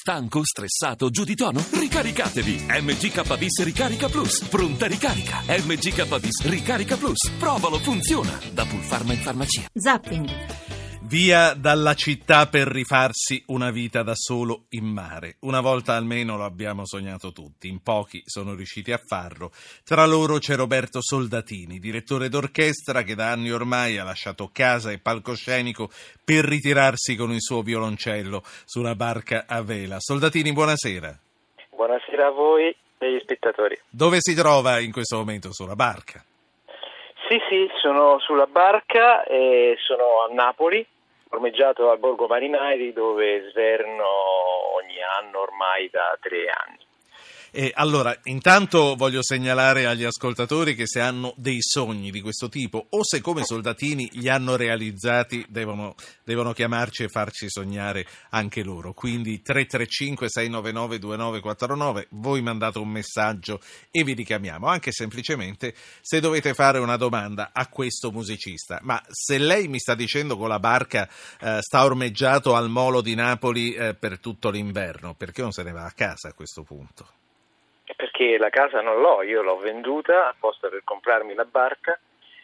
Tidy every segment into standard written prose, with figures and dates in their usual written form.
Stanco, stressato, giù di tono? Ricaricatevi! MGKBIS Ricarica Plus. Pronta ricarica. MGKBIS Ricarica Plus. Provalo, funziona. Da Pulpharma in farmacia. Zapping. Via dalla città per rifarsi una vita da solo in mare. Una volta almeno lo abbiamo sognato tutti, in pochi sono riusciti a farlo. Tra loro c'è Roberto Soldatini, direttore d'orchestra che da anni ormai ha lasciato casa e palcoscenico per ritirarsi con il suo violoncello su una barca a vela. Soldatini, buonasera. Buonasera a voi e agli spettatori. Dove si trova in questo momento sulla barca? Sì, sono sulla barca e sono a Napoli, ormeggiato al Borgo Marinai, dove sverno ogni anno ormai da 3 anni. Allora, intanto voglio segnalare agli ascoltatori che se hanno dei sogni di questo tipo o se come Soldatini li hanno realizzati devono chiamarci e farci sognare anche loro. Quindi 335-699-2949, voi mandate un messaggio e vi richiamiamo, anche semplicemente se dovete fare una domanda a questo musicista. Ma se lei mi sta dicendo con la barca sta ormeggiato al molo di Napoli per tutto l'inverno, perché non se ne va a casa a questo punto? Perché la casa non l'ho, io l'ho venduta apposta per comprarmi la barca,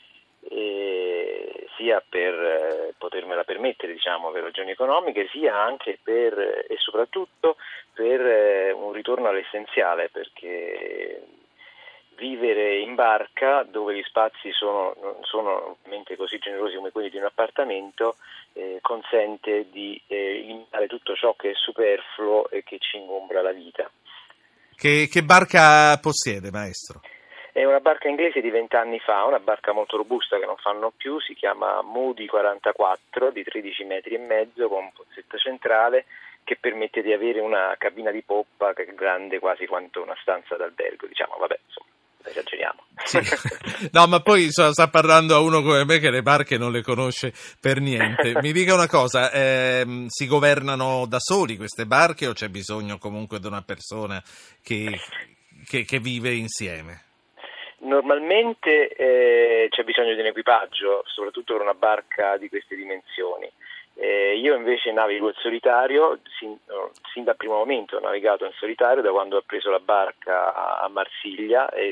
sia per potermela permettere, diciamo, per ragioni economiche, sia anche e soprattutto per un ritorno all'essenziale, perché vivere in barca, dove gli spazi non sono ovviamente così generosi come quelli di un appartamento, consente di eliminare tutto ciò che è superfluo e che ci ingombra la vita. Che barca possiede, maestro? È una barca inglese di 20 anni fa, una barca molto robusta che non fanno più, si chiama Moody 44 di 13 metri e mezzo con un pozzetto centrale che permette di avere una cabina di poppa che è grande quasi quanto una stanza d'albergo, diciamo, vabbè, insomma, esageriamo. Sì. No, ma poi sta parlando a uno come me che le barche non le conosce per niente. Mi dica una cosa, si governano da soli queste barche o c'è bisogno comunque di una persona che vive insieme? Normalmente c'è bisogno di un equipaggio, soprattutto per una barca di queste dimensioni. Io invece navigo in solitario, sin dal primo momento ho navigato in solitario, da quando ho preso la barca a Marsiglia e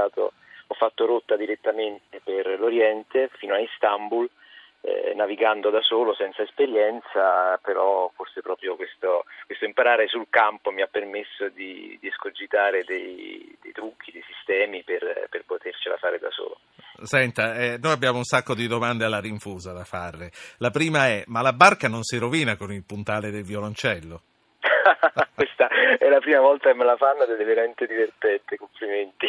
ho fatto rotta direttamente per l'Oriente fino a Istanbul, navigando da solo senza esperienza, però forse proprio questo imparare sul campo mi ha permesso di escogitare dei trucchi, dei sistemi per potercela fare da solo. Senta, noi abbiamo un sacco di domande alla rinfusa da farle. La prima è, ma la barca non si rovina con il puntale del violoncello? Questa è la prima volta che me la fanno ed è veramente divertente, complimenti.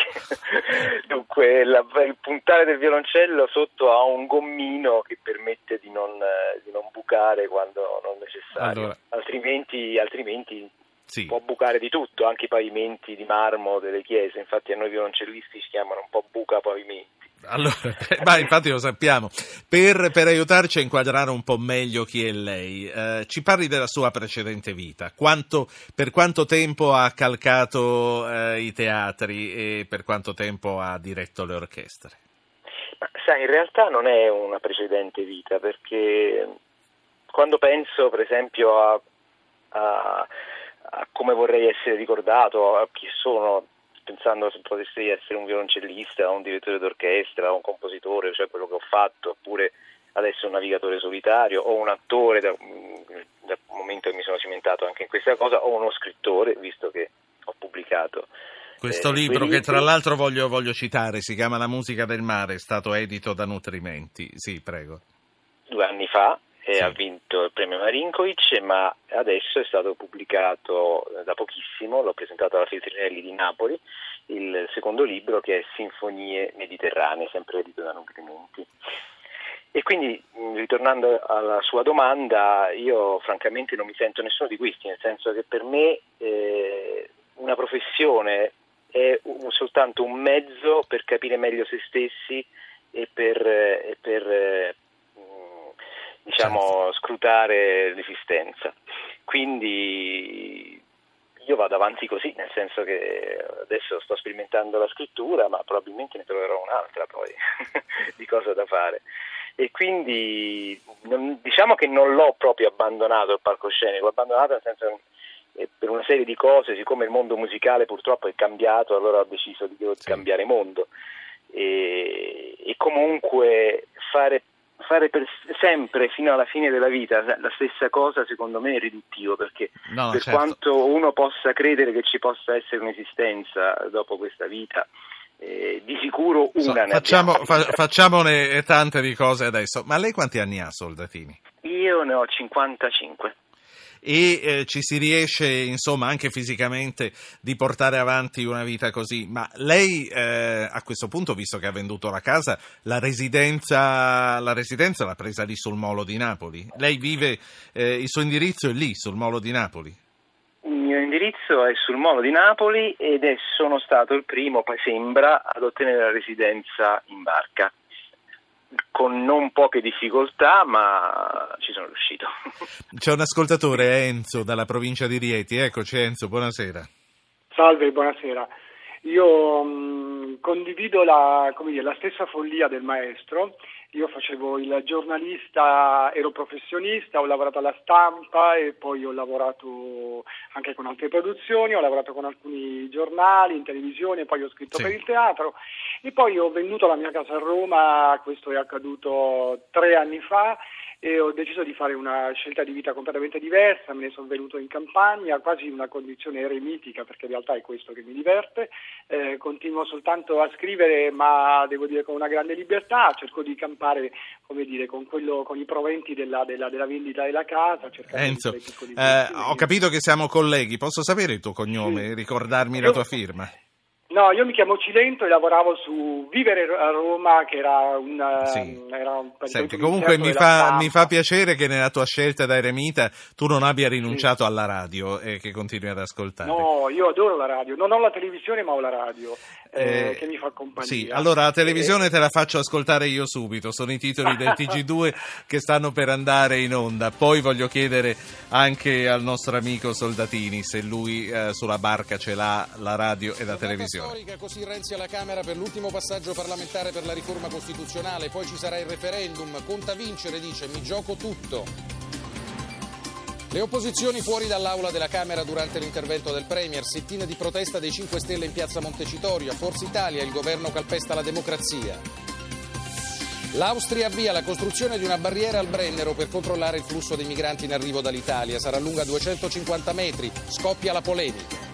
Dunque, il puntale del violoncello sotto ha un gommino che permette di non bucare quando non necessario, allora, altrimenti sì. Può bucare di tutto, anche i pavimenti di marmo delle chiese, infatti a noi violoncellisti ci chiamano un po' buca pavimenti. Allora, ma infatti lo sappiamo. Per aiutarci a inquadrare un po' meglio chi è lei, ci parli della sua precedente vita. Per quanto tempo ha calcato i teatri e per quanto tempo ha diretto le orchestre? Ma, sai, in realtà non è una precedente vita, perché quando penso, per esempio, a come vorrei essere ricordato, a chi sono, pensando se potessi essere un violoncellista, un direttore d'orchestra, un compositore, cioè quello che ho fatto, oppure adesso un navigatore solitario, o un attore, dal momento che mi sono cimentato anche in questa cosa, o uno scrittore, visto che ho pubblicato questo libro che tra l'altro voglio citare, si chiama La musica del mare, è stato edito da Nutrimenti. Sì, prego. 2 anni fa. Sì. Ha vinto il premio Marinkovic, ma adesso è stato pubblicato da pochissimo, l'ho presentato alla Feltrinelli di Napoli, il secondo libro che è Sinfonie Mediterranee, sempre edito da Nutrimenti. E quindi, ritornando alla sua domanda, io francamente non mi sento nessuno di questi, nel senso che per me una professione è soltanto un mezzo per capire meglio se stessi e per scrutare l'esistenza. Quindi io vado avanti così, nel senso che adesso sto sperimentando la scrittura, ma probabilmente ne troverò un'altra poi di cosa da fare. E quindi diciamo che non l'ho proprio abbandonato il palcoscenico, l'ho abbandonato nel senso che per una serie di cose, siccome il mondo musicale purtroppo è cambiato, allora ho deciso di cambiare mondo e comunque fare per sempre fino alla fine della vita la stessa cosa, secondo me è riduttivo, perché certo, quanto uno possa credere che ci possa essere un'esistenza dopo questa vita, di sicuro una ne facciamone tante di cose adesso. Ma lei quanti anni ha, Soldatini? Io ne ho 55. E ci si riesce, insomma, anche fisicamente di portare avanti una vita così. Ma lei a questo punto, visto che ha venduto la casa, la residenza l'ha presa lì sul Molo di Napoli? Lei vive, il suo indirizzo è lì sul Molo di Napoli? Il mio indirizzo è sul Molo di Napoli sono stato il primo, poi sembra, ad ottenere la residenza in barca, con non poche difficoltà, ma ci sono riuscito. C'è un ascoltatore, Enzo, dalla provincia di Rieti. Eccoci Enzo, buonasera. Salve, buonasera. Io condivido la stessa follia del maestro. Io facevo il giornalista, ero professionista, ho lavorato alla Stampa e poi ho lavorato anche con altre produzioni, ho lavorato con alcuni giornali, in televisione, poi ho scritto per il teatro e poi ho venduto la mia casa a Roma, questo è accaduto 3 anni fa e ho deciso di fare una scelta di vita completamente diversa, me ne sono venuto in campagna, quasi in una condizione eremitica, perché in realtà è questo che mi diverte, continuo soltanto a scrivere, ma devo dire con una grande libertà, cerco di campare, come dire, con i proventi della vendita della casa. Enzo, ho capito che siamo colleghi, posso sapere il tuo cognome e ricordarmi la tua firma? No, io mi chiamo Cilento e lavoravo su Vivere a Roma, che era un Senti, comunque mi fa piacere che nella tua scelta da eremita tu non abbia rinunciato alla radio e che continui ad ascoltare. No, io adoro la radio, non ho la televisione ma ho la radio che mi fa compagnia. Sì, allora la televisione te la faccio ascoltare io subito, sono i titoli del TG2 che stanno per andare in onda, poi voglio chiedere anche al nostro amico Soldatini se lui sulla barca ce l'ha la radio e la televisione. Storica, così Renzi alla Camera per l'ultimo passaggio parlamentare per la riforma costituzionale, poi ci sarà il referendum, conta vincere, dice, mi gioco tutto. Le opposizioni fuori dall'aula della Camera durante l'intervento del Premier, sit-in di protesta dei 5 Stelle in piazza Montecitorio, a Forza Italia il governo calpesta la democrazia. L'Austria avvia la costruzione di una barriera al Brennero per controllare il flusso dei migranti in arrivo dall'Italia, sarà lunga 250 metri, scoppia la polemica.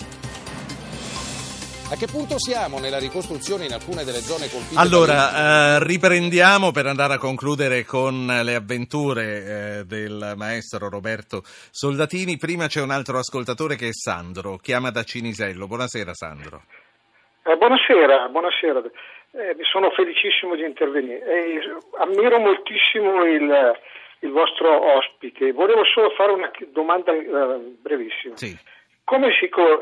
A che punto siamo nella ricostruzione in alcune delle zone colpite? Allora, riprendiamo per andare a concludere con le avventure del maestro Roberto Soldatini. Prima c'è un altro ascoltatore che è Sandro, chiama da Cinisello. Buonasera Sandro. Buonasera. Sono felicissimo di intervenire. Ammiro moltissimo il vostro ospite. Volevo solo fare una domanda brevissima. Sì. Come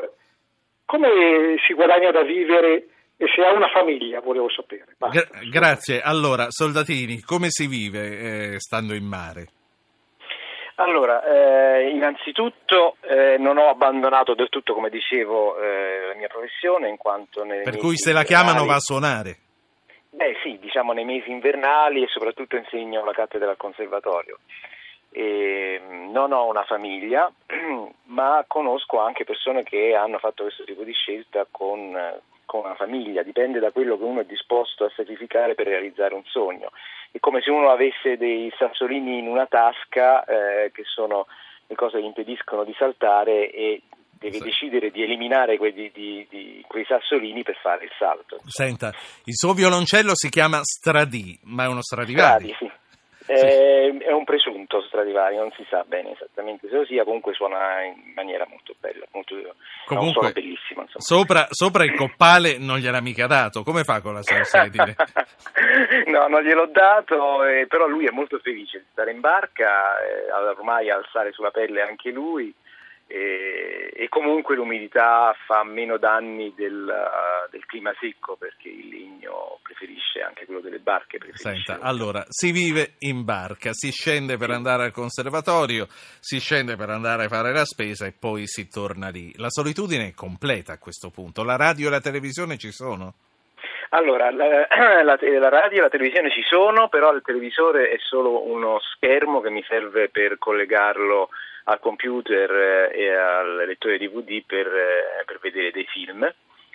si guadagna da vivere e se ha una famiglia, volevo sapere. Grazie. Allora, Soldatini, come si vive stando in mare? Allora, innanzitutto non ho abbandonato del tutto, come dicevo, la mia professione, in quanto per cui se la chiamano va a suonare? Beh sì, diciamo nei mesi invernali e soprattutto insegno la cattedra al conservatorio. Non ho una famiglia, ma conosco anche persone che hanno fatto questo tipo di scelta con una famiglia, dipende da quello che uno è disposto a sacrificare per realizzare un sogno. È come se uno avesse dei sassolini in una tasca che sono le cose che impediscono di saltare e deve decidere di eliminare quei sassolini per fare il salto. Senta, il suo violoncello si chiama Stradì, ma è uno Stradivari? Sì. È un presunto Stradivari, non si sa bene esattamente se lo sia, comunque suona in maniera molto bella, comunque bellissimo. Sopra il coppale non gliel'ha mica dato, come fa con la salsedine? No, non gliel'ho dato, però lui è molto felice di stare in barca, ormai alzare sulla pelle anche lui. E comunque l'umidità fa meno danni del clima secco, perché il legno preferisce anche quello delle barche. Senta, allora si vive in barca, si scende per andare al conservatorio, si scende per andare a fare la spesa e poi si torna lì. La solitudine è completa a questo punto. La radio e la televisione ci sono? Allora, la radio e la televisione ci sono, però il televisore è solo uno schermo che mi serve per collegarlo al computer e al lettore DVD per vedere dei film.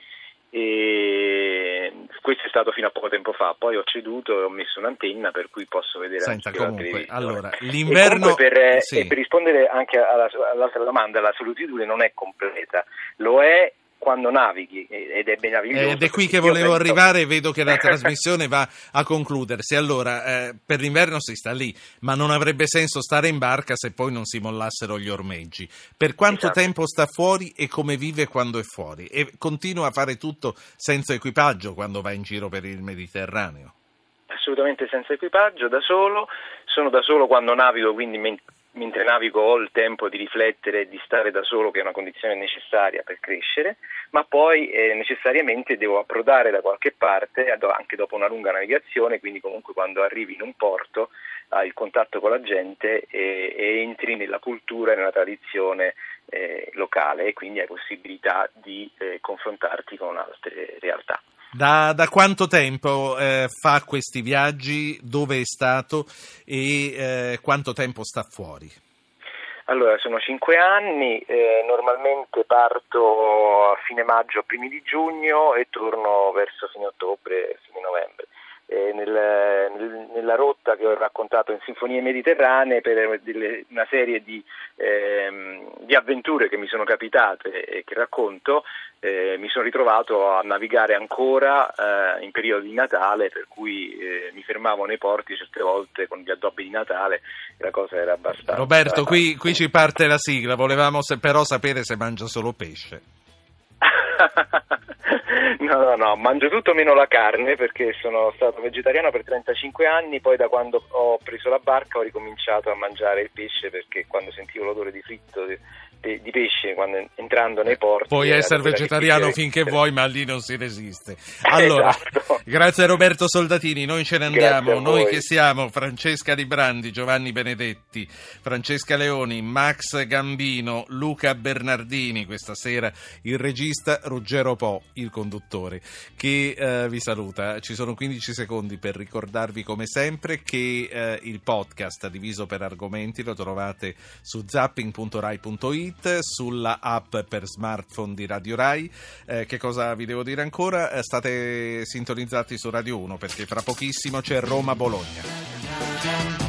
E questo è stato fino a poco tempo fa, poi ho ceduto e ho messo un'antenna per cui posso vedere. Senta, anche comunque, allora, l'inverno sì. e per rispondere anche all'altra domanda, la solitudine non è completa, lo è quando navighi ed è meraviglioso. Ed è qui che volevo arrivare e vedo che la trasmissione va a concludersi. Allora, per l'inverno si sta lì, ma non avrebbe senso stare in barca se poi non si mollassero gli ormeggi. Per quanto tempo sta fuori e come vive quando è fuori? E continua a fare tutto senza equipaggio quando va in giro per il Mediterraneo? Assolutamente senza equipaggio, da solo. Sono da solo quando navigo, quindi mentre navigo ho il tempo di riflettere e di stare da solo, che è una condizione necessaria per crescere, ma poi necessariamente devo approdare da qualche parte, anche dopo una lunga navigazione, quindi comunque quando arrivi in un porto hai il contatto con la gente e entri nella cultura e nella tradizione locale, e quindi hai possibilità di confrontarti con altre realtà. Da quanto tempo fa questi viaggi, dove è stato e quanto tempo sta fuori? Allora, sono 5 anni, normalmente parto a fine maggio, primi di giugno e torno verso fine ottobre, fine novembre. Nella rotta che ho raccontato in Sinfonie Mediterranee, per una serie di avventure che mi sono capitate e che racconto, mi sono ritrovato a navigare ancora in periodo di Natale, per cui mi fermavo nei porti certe volte con gli addobbi di Natale, e la cosa era abbastanza... Roberto, qui ci parte la sigla, volevamo però sapere se mangia solo pesce. No, mangio tutto meno la carne, perché sono stato vegetariano per 35 anni, poi da quando ho preso la barca ho ricominciato a mangiare il pesce, perché quando sentivo l'odore di fritto di pesce, entrando nei porti... Puoi essere vegetariano finché vuoi, ma lì non si resiste. Allora, esatto. Grazie a Roberto Soldatini, noi ce ne andiamo, noi che siamo Francesca Librandi, Giovanni Benedetti, Francesca Leoni, Max Gambino, Luca Bernardini, questa sera il regista Ruggero Po, il conduttore, che vi saluta. Ci sono 15 secondi per ricordarvi come sempre che il podcast diviso per argomenti lo trovate su zapping.rai.it, sulla app per smartphone di Radio Rai. Che cosa vi devo dire ancora? State sintonizzati su Radio 1, perché fra pochissimo c'è Roma-Bologna.